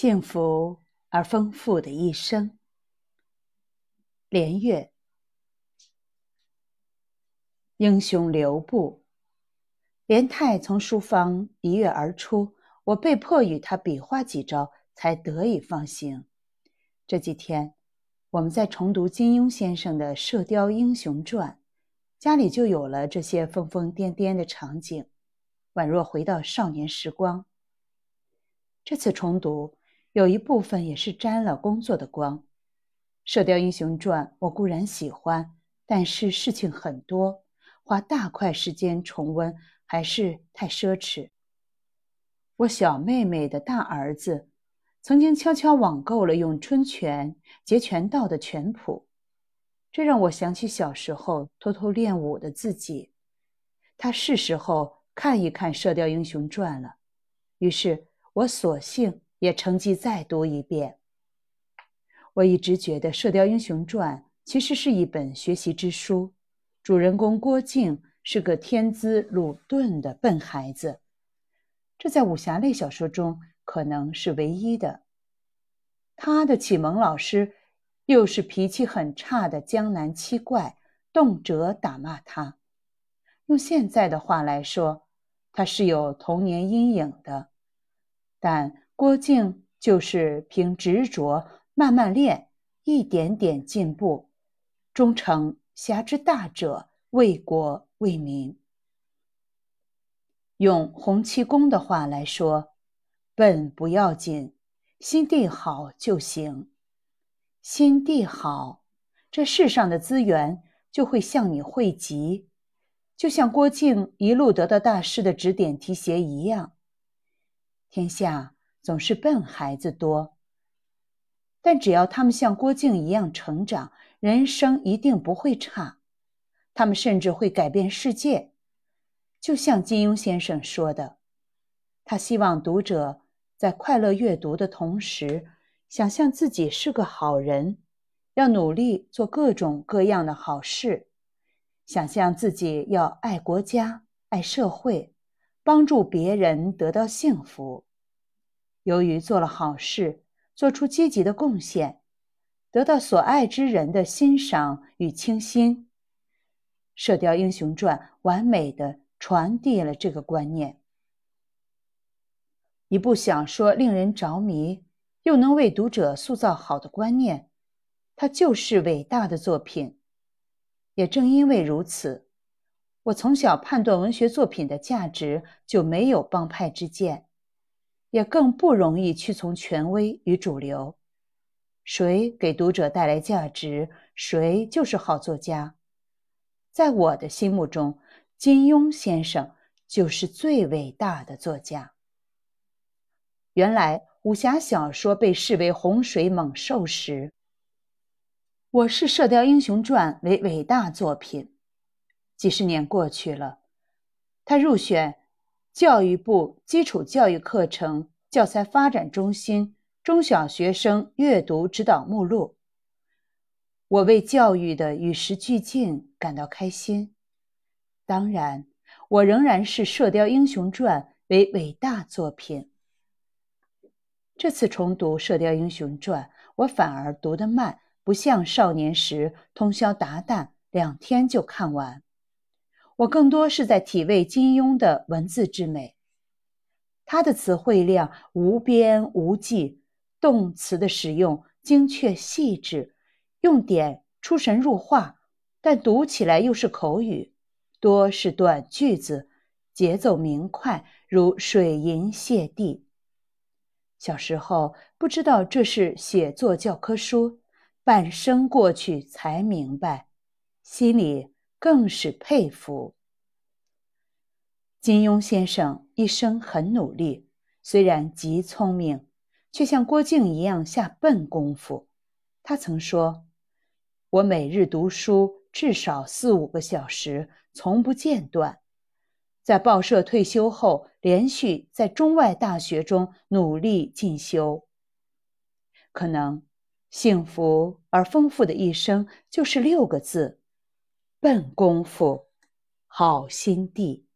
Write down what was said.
幸福而丰富的一生。连岳。英雄留步。连泰从书房一跃而出，我被迫与他比划几招，才得以放行。这几天，我们在重读金庸先生的《射雕英雄传》，家里就有了这些疯疯癫癫的场景，宛若回到少年时光。这次重读，有一部分也是沾了工作的光。《射雕英雄传》我固然喜欢，但是事情很多，花大块时间重温还是太奢侈。我小妹妹的大儿子曾经悄悄网购了咏春拳、截拳道的全谱，这让我想起小时候偷偷练武的自己。他是时候看一看《射雕英雄传》了，于是我索性也乘机再读一遍。我一直觉得《射雕英雄传》其实是一本学习之书，主人公郭靖是个天资鲁钝的笨孩子，这在武侠类小说中可能是唯一的。他的启蒙老师又是脾气很差的江南七怪，动辄打骂他。用现在的话来说，他是有童年阴影的。但郭靖就是凭执着慢慢练，一点点进步，终成侠之大者，为国为民。用洪七公的话来说，笨不要紧，心地好就行。心地好，这世上的资源就会向你汇集，就像郭靖一路得到大师的指点提携一样。天下总是笨孩子多，但只要他们像郭靖一样成长，人生一定不会差，他们甚至会改变世界。就像金庸先生说的，他希望读者在快乐阅读的同时，想象自己是个好人，要努力做各种各样的好事，想象自己要爱国家、爱社会，帮助别人得到幸福。由于做了好事，做出积极的贡献，得到所爱之人的欣赏与倾心，《射雕英雄传》完美地传递了这个观念。一部小说令人着迷，又能为读者塑造好的观念，它就是伟大的作品。也正因为如此，我从小判断文学作品的价值就没有帮派之见，也更不容易屈从权威与主流。谁给读者带来价值，谁就是好作家。在我的心目中，金庸先生就是最伟大的作家。原来武侠小说被视为洪水猛兽时，我视《射雕英雄传》为伟大作品。几十年过去了，他入选教育部基础教育课程教材发展中心中小学生阅读指导目录。我为教育的与时俱进感到开心。当然，我仍然视《射雕英雄传》为伟大作品。这次重读《射雕英雄传》，我反而读得慢，不像少年时通宵达旦2天就看完。我更多是在体味金庸的文字之美。他的词汇量无边无际，动词的使用精确细致，用典出神入化，但读起来又是口语，多是短句子，节奏明快，如水银泻地。小时候不知道这是写作教科书，半生过去才明白，心里更是佩服。金庸先生一生很努力，虽然极聪明，却像郭靖一样下笨功夫。他曾说，我每日读书至少4-5个小时，从不间断。在报社退休后，连续在中外大学中努力进修。可能幸福而丰富的一生就是6个字：笨功夫，好心地。